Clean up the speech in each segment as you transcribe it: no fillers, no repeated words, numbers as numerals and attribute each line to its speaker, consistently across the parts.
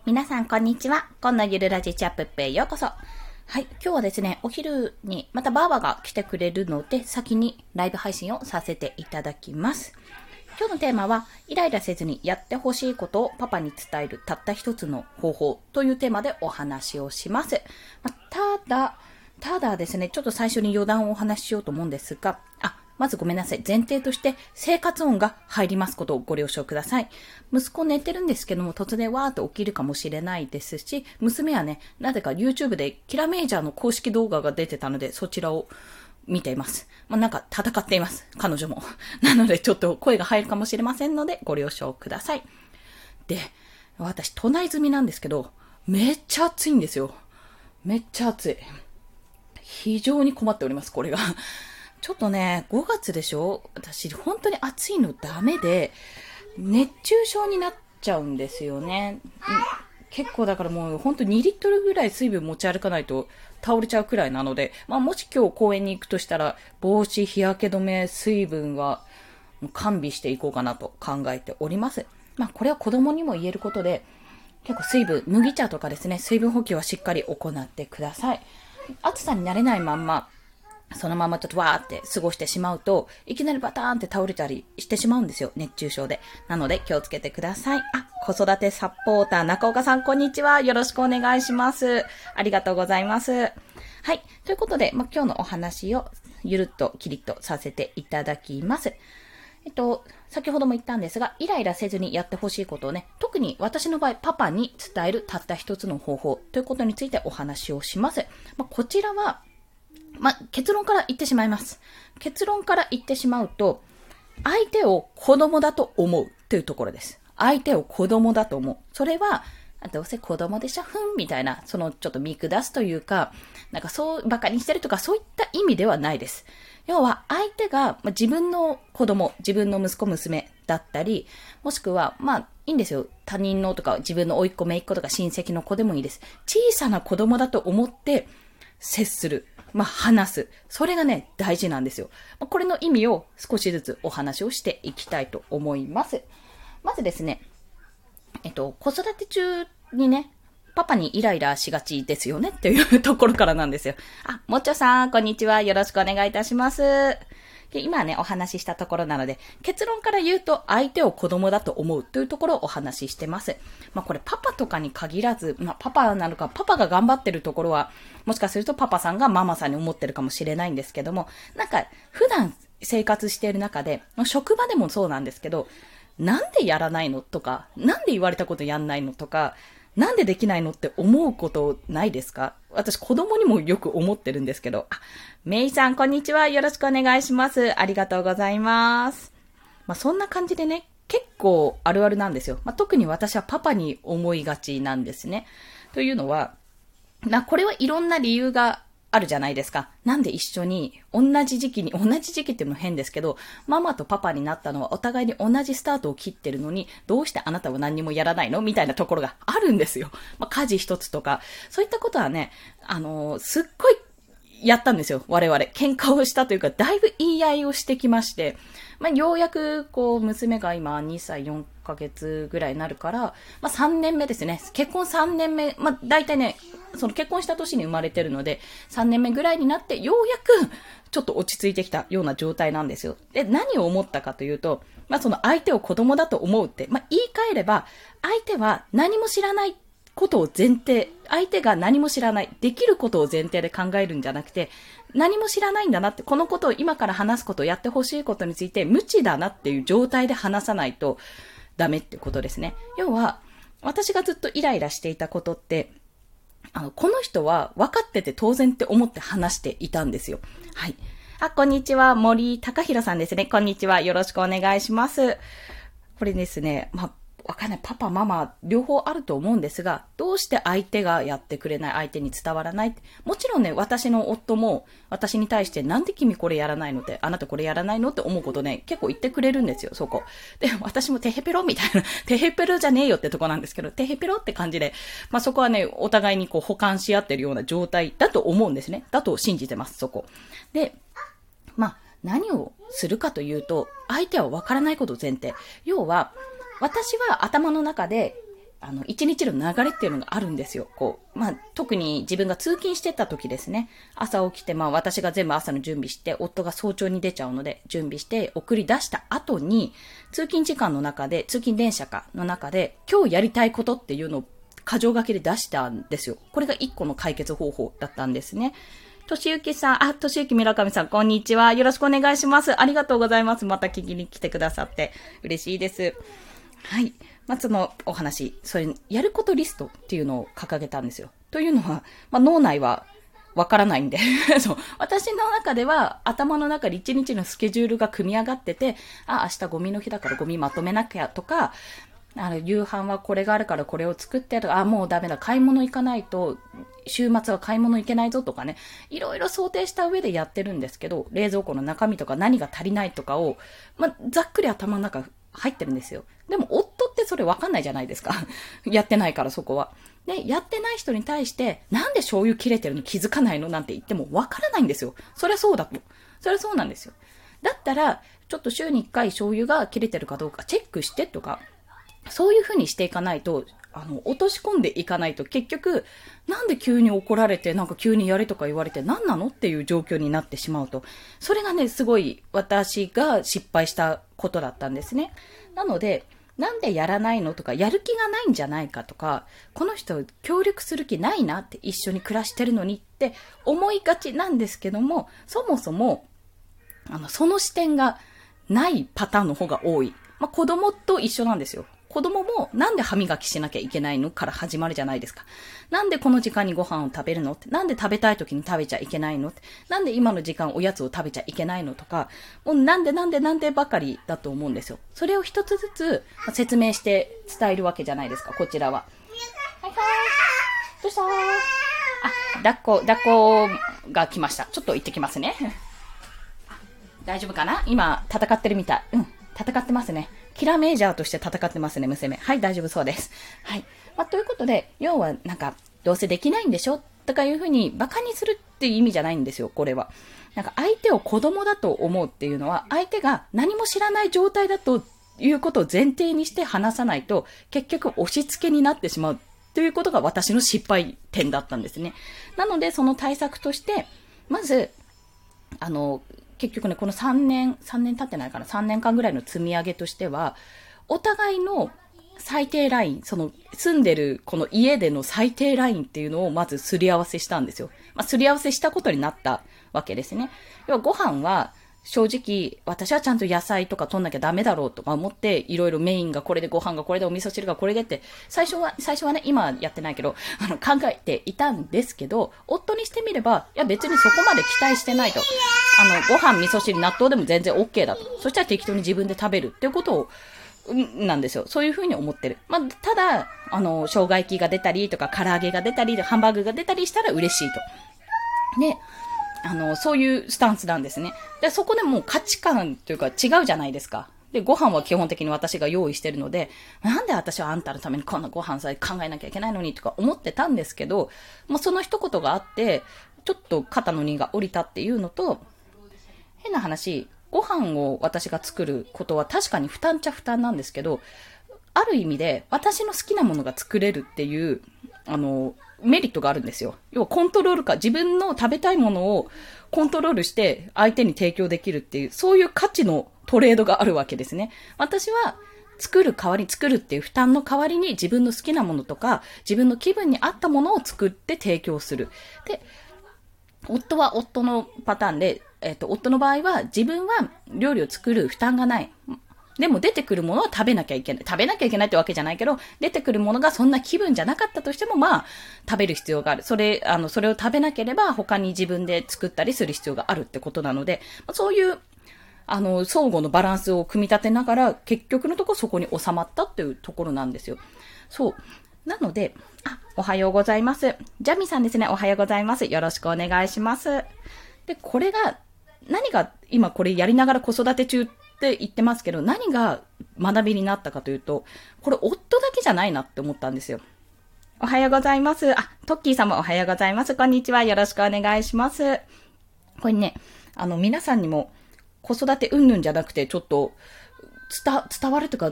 Speaker 1: 皆さんこんにちは。今のゆるラジチャップッペへようこそ。はい、今日はですね、お昼にまたバーバが来てくれるので、先にライブ配信をさせていただきます。今日のテーマは、イライラせずにやってほしいことをパパに伝えるたった一つの方法というテーマでお話をします。ただですね、ちょっと最初に余談をお話ししようと思うんですが、まずごめんなさい。前提として生活音が入りますことをご了承ください。息子寝てるんですけども、突然わーっと起きるかもしれないですし、娘はね、なぜか YouTube でキラメイジャーの公式動画が出てたので、そちらを見ています。なんか戦っています。彼女も。なのでちょっと声が入るかもしれませんので、ご了承ください。で、私、都内済みなんですけど、めっちゃ暑いんですよ。めっちゃ暑い。非常に困っております、これが。ちょっとね、5月でしょ？私、本当に暑いのダメで、熱中症になっちゃうんですよね。結構だからもう本当2リットルぐらい水分持ち歩かないと倒れちゃうくらいなので、もし今日公園に行くとしたら、帽子、日焼け止め、水分は完備していこうかなと考えております。これは子供にも言えることで、結構水分、麦茶とかですね、水分補給はしっかり行ってください。暑さに慣れないまんま、そのままちょっとわーって過ごしてしまうと、いきなりバターンって倒れたりしてしまうんですよ。熱中症で。なので気をつけてください。子育てサポーター中岡さんこんにちは。よろしくお願いします。ありがとうございます。はい。ということで、今日のお話をゆるっとキリッとさせていただきます。先ほども言ったんですが、イライラせずにやってほしいことをね、特に私の場合、パパに伝えるたった一つの方法ということについてお話をします。こちらは、結論から言ってしまいます。結論から言ってしまうと、相手を子供だと思うというところです。相手を子供だと思う。それは、どうせ子供でしょみたいな、ちょっと見下すというか、バカにしてるとか、そういった意味ではないです。要は、相手が、自分の子供、自分の息子、娘だったり、もしくは、いいんですよ。他人のとか、自分の甥っ子、姪っ子とか親戚の子でもいいです。小さな子供だと思って接する。話す。それがね、大事なんですよ。これの意味を少しずつお話をしていきたいと思います。まずですね、子育て中にね、パパにイライラしがちですよねっていうところからなんですよ。もっちょさん、こんにちは。よろしくお願いいたします。で今はね、お話ししたところなので、結論から言うと、相手を子供だと思うというところをお話ししてます。これパパとかに限らず、パパなのか、パパが頑張ってるところは、もしかするとパパさんがママさんに思ってるかもしれないんですけども、普段生活している中で、職場でもそうなんですけど、なんでやらないのとか、なんで言われたことやんないのとか、なんでできないのって思うことないですか？私子供にもよく思ってるんですけど。メイさんこんにちは。よろしくお願いします。ありがとうございます。そんな感じでね、結構あるあるなんですよ。特に私はパパに思いがちなんですね。というのは、これはいろんな理由があるじゃないですか。なんで一緒に同じ時期っていうのも変ですけど、ママとパパになったのはお互いに同じスタートを切ってるのに、どうしてあなたは何にもやらないのみたいなところがあるんですよ。家事一つとか、そういったことはね、すっごいやったんですよ。我々。喧嘩をしたというか、だいぶ言い合いをしてきまして、ようやく、娘が今2歳4ヶ月ぐらいになるから、3年目ですね。結婚3年目、大体ね、その結婚した年に生まれてるので、3年目ぐらいになって、ようやく、ちょっと落ち着いてきたような状態なんですよ。で、何を思ったかというと、その相手を子供だと思うって、言い換えれば、相手は何も知らないことを前提、相手が何も知らない、できることを前提で考えるんじゃなくて、何も知らないんだなって、このことを今から話すこと、やってほしいことについて無知だなっていう状態で話さないとダメってことですね。要は、私がずっとイライラしていたことって、この人は分かってて当然って思って話していたんですよ。はい。こんにちは。森高弘さんですね。こんにちは。よろしくお願いします。これですね、わかんない。パパ、ママ、両方あると思うんですが、どうして相手がやってくれない、相手に伝わらない。もちろんね、私の夫も、私に対して、なんで君これやらないのって、あなたこれやらないのって思うことね、結構言ってくれるんですよ、そこ。で、私もテヘペロみたいな、テヘペロじゃねえよってとこなんですけど、テヘペロって感じで、そこはね、お互いに補完し合ってるような状態だと思うんですね。だと信じてます、そこ。で、何をするかというと、相手はわからないことを前提。要は、私は頭の中で、 一日の流れっていうのがあるんですよ。特に自分が通勤してた時ですね。朝起きて、私が全部朝の準備して、夫が早朝に出ちゃうので、準備して送り出した後に、通勤時間の中で、通勤電車の中で、今日やりたいことっていうのを箇条書きで出したんですよ。これが一個の解決方法だったんですね。としゆきさん、としゆきみらかみさん、こんにちは。よろしくお願いします。ありがとうございます。また聞きに来てくださって、嬉しいです。はい。そのお話、それ、やることリストっていうのを掲げたんですよ。というのは、脳内はわからないんでそう。私の中では、頭の中で一日のスケジュールが組み上がってて、明日ゴミの日だからゴミまとめなきゃとか、夕飯はこれがあるからこれを作ってとか、もうダメだ、買い物行かないと、週末は買い物行けないぞとかね、いろいろ想定した上でやってるんですけど、冷蔵庫の中身とか何が足りないとかを、ざっくり頭の中入ってるんですよ。でも、夫ってそれわかんないじゃないですか。やってないからそこは。で、やってない人に対して、なんで醤油切れてるの気づかないのなんて言ってもわからないんですよ。そりゃそうだと。そりゃそうなんですよ。だったら、ちょっと週に1回醤油が切れてるかどうかチェックしてとか、そういう風にしていかないと、落とし込んでいかないと結局、なんで急に怒られて、なんか急にやれとか言われて何なのっていう状況になってしまうと。それがね、すごい私が失敗したことだったんですね。なので、なんでやらないのとか、やる気がないんじゃないかとか、この人協力する気ないなって一緒に暮らしてるのにって思いがちなんですけども、そもそも、その視点がないパターンの方が多い。子供と一緒なんですよ。子供もなんで歯磨きしなきゃいけないのから始まるじゃないですか。なんでこの時間にご飯を食べるのって、なんで食べたい時に食べちゃいけないのって、なんで今の時間おやつを食べちゃいけないのとか、もうなんでばかりだと思うんですよ。それを一つずつ説明して伝えるわけじゃないですか、こちらは。はいはい。どうした抱っこが来ました。ちょっと行ってきますね。大丈夫かな？今、戦ってるみたい。戦ってますね。キラメージャーとして戦ってますね、娘。はい、大丈夫そうです。はい。ということで、要は、どうせできないんでしょとかいうふうに、馬鹿にするっていう意味じゃないんですよ、これは。相手を子供だと思うっていうのは、相手が何も知らない状態だということを前提にして話さないと、結局押し付けになってしまうということが私の失敗点だったんですね。なので、その対策として、まず、結局ね、この3年経ってないかな、3年間ぐらいの積み上げとしては、お互いの最低ライン、その住んでるこの家での最低ラインっていうのをまずすり合わせしたんですよ。すり合わせしたことになったわけですね。要はご飯は、正直、私はちゃんと野菜とか取んなきゃダメだろうとか思って、いろいろメインがこれでご飯がこれでお味噌汁がこれでって、最初はね、今やってないけど、考えていたんですけど、夫にしてみれば、いや別にそこまで期待してないと。ご飯、味噌汁、納豆でも全然 OK だと。そしたら適当に自分で食べるっていうことを、なんですよ。そういうふうに思ってる。ただ、生姜焼きが出たりとか、唐揚げが出たり、ハンバーグが出たりしたら嬉しいと。で、そういうスタンスなんですね。で、そこでもう価値観というか違うじゃないですか。で、ご飯は基本的に私が用意してるので、なんで私はあんたのためにこんなご飯さえ考えなきゃいけないのにとか思ってたんですけど、もうその一言があって、ちょっと肩の荷が下りたっていうのと、変な話、ご飯を私が作ることは確かに負担っちゃ負担なんですけど、ある意味で私の好きなものが作れるっていう、メリットがあるんですよ。要はコントロールか、自分の食べたいものをコントロールして相手に提供できるっていう、そういう価値のトレードがあるわけですね。私は作るっていう負担の代わりに自分の好きなものとか、自分の気分に合ったものを作って提供する。で、夫は夫のパターンで、夫の場合は自分は料理を作る負担がない。でも出てくるものは食べなきゃいけない。食べなきゃいけないってわけじゃないけど、出てくるものがそんな気分じゃなかったとしても、食べる必要がある。それを食べなければ他に自分で作ったりする必要があるってことなので、そういう、相互のバランスを組み立てながら、結局のところそこに収まったっていうところなんですよ。そう。なので、おはようございます。ジャミさんですね。おはようございます。よろしくお願いします。で、何が今これやりながら子育て中って言ってますけど、何が学びになったかというと、これ夫だけじゃないなって思ったんですよ。おはようございます。トッキーさんもおはようございます。こんにちは。よろしくお願いします。これね、皆さんにも子育てうんぬんじゃなくて、ちょっと伝わるというか、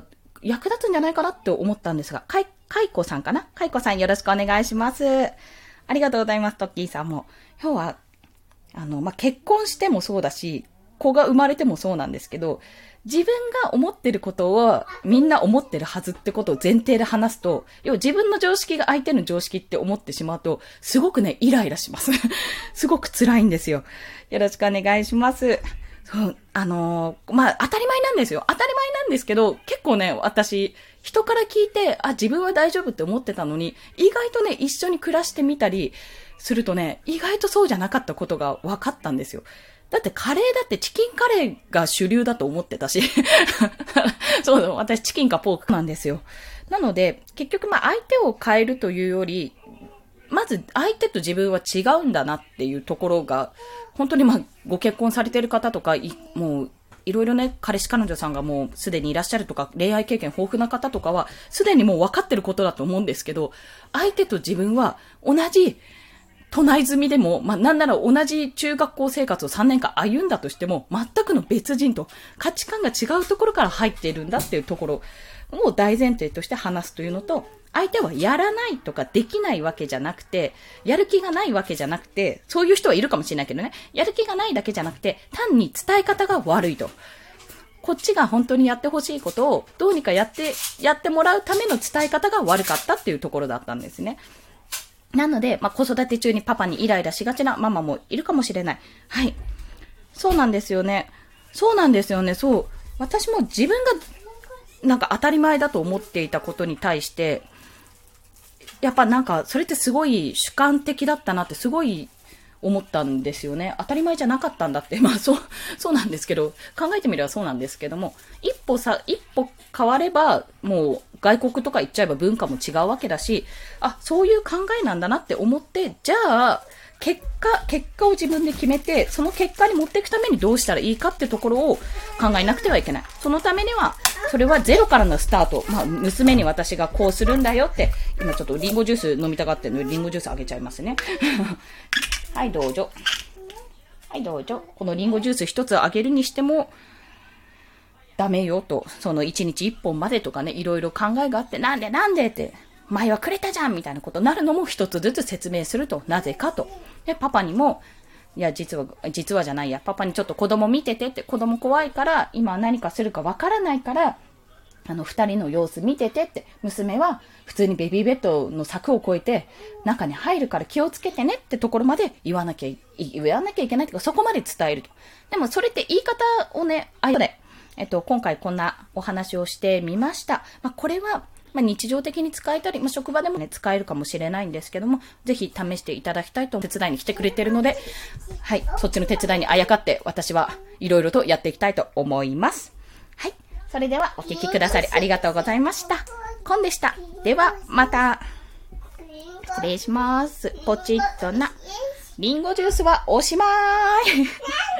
Speaker 1: 役立つんじゃないかなって思ったんですが、かいこさんかな？かいこさんよろしくお願いします。ありがとうございます、トッキーさんも。今日は、結婚してもそうだし、子が生まれてもそうなんですけど、自分が思ってることをみんな思ってるはずってことを前提で話すと、要は自分の常識が相手の常識って思ってしまうと、すごくね、イライラします。すごく辛いんですよ。よろしくお願いします。そう、当たり前なんですよ。当たり前なんですけど、結構ね、私、人から聞いて、自分は大丈夫って思ってたのに、意外とね、一緒に暮らしてみたりするとね、意外とそうじゃなかったことが分かったんですよ。だってカレーだってチキンカレーが主流だと思ってたし。そう、私チキンかポークなんですよ。なので、結局相手を変えるというより、まず相手と自分は違うんだなっていうところが、本当にご結婚されてる方とか、もう、いろいろね、彼氏彼女さんがもうすでにいらっしゃるとか、恋愛経験豊富な方とかは、すでにもう分かってることだと思うんですけど、相手と自分は同じ、都内済みでも、なんなら同じ中学校生活を3年間歩んだとしても、全くの別人と価値観が違うところから入っているんだっていうところを大前提として話すというのと、相手はやらないとかできないわけじゃなくて、やる気がないわけじゃなくて、そういう人はいるかもしれないけどね、やる気がないだけじゃなくて、単に伝え方が悪いと。こっちが本当にやってほしいことをどうにかやってもらうための伝え方が悪かったっていうところだったんですね。なので、子育て中にパパにイライラしがちなママもいるかもしれない。はい。そうなんですよね。そうなんですよね。そう。私も自分が当たり前だと思っていたことに対して、やっぱそれってすごい主観的だったなってすごい思ったんですよね。当たり前じゃなかったんだって。そうなんですけど、考えてみればそうなんですけども、一歩変われば、もう外国とか行っちゃえば文化も違うわけだし、そういう考えなんだなって思って、じゃあ、結果を自分で決めて、その結果に持っていくためにどうしたらいいかってところを考えなくてはいけない。そのためには、それはゼロからのスタート。娘に私がこうするんだよって、今ちょっとリンゴジュース飲みたがってるので、リンゴジュースあげちゃいますね。はい、どうぞ。はい、どうぞ。このリンゴジュース一つあげるにしても、ダメよと、その1日1本までとかね、いろいろ考えがあって、なんでって、前はくれたじゃんみたいなことになるのも一つずつ説明すると、なぜかと。で、パパにも、いや、実はじゃないや、パパにちょっと子供見ててって、子供怖いから、今何かするかわからないから、二人の様子見ててって、娘は普通にベビーベッドの柵を越えて、中に入るから気をつけてねってところまで言わなきゃいけないとか、そこまで伝えると。でもそれって言い方をね、今回こんなお話をしてみました。これは、日常的に使えたり、職場でもね、使えるかもしれないんですけども、ぜひ試していただきたいと手伝いに来てくれてるので、はい、そっちの手伝いにあやかって、私はいろいろとやっていきたいと思います。はい、それではお聞きくださりありがとうございました。コンでした。では、また。失礼します。ポチッとな。リンゴジュースはおしまーい。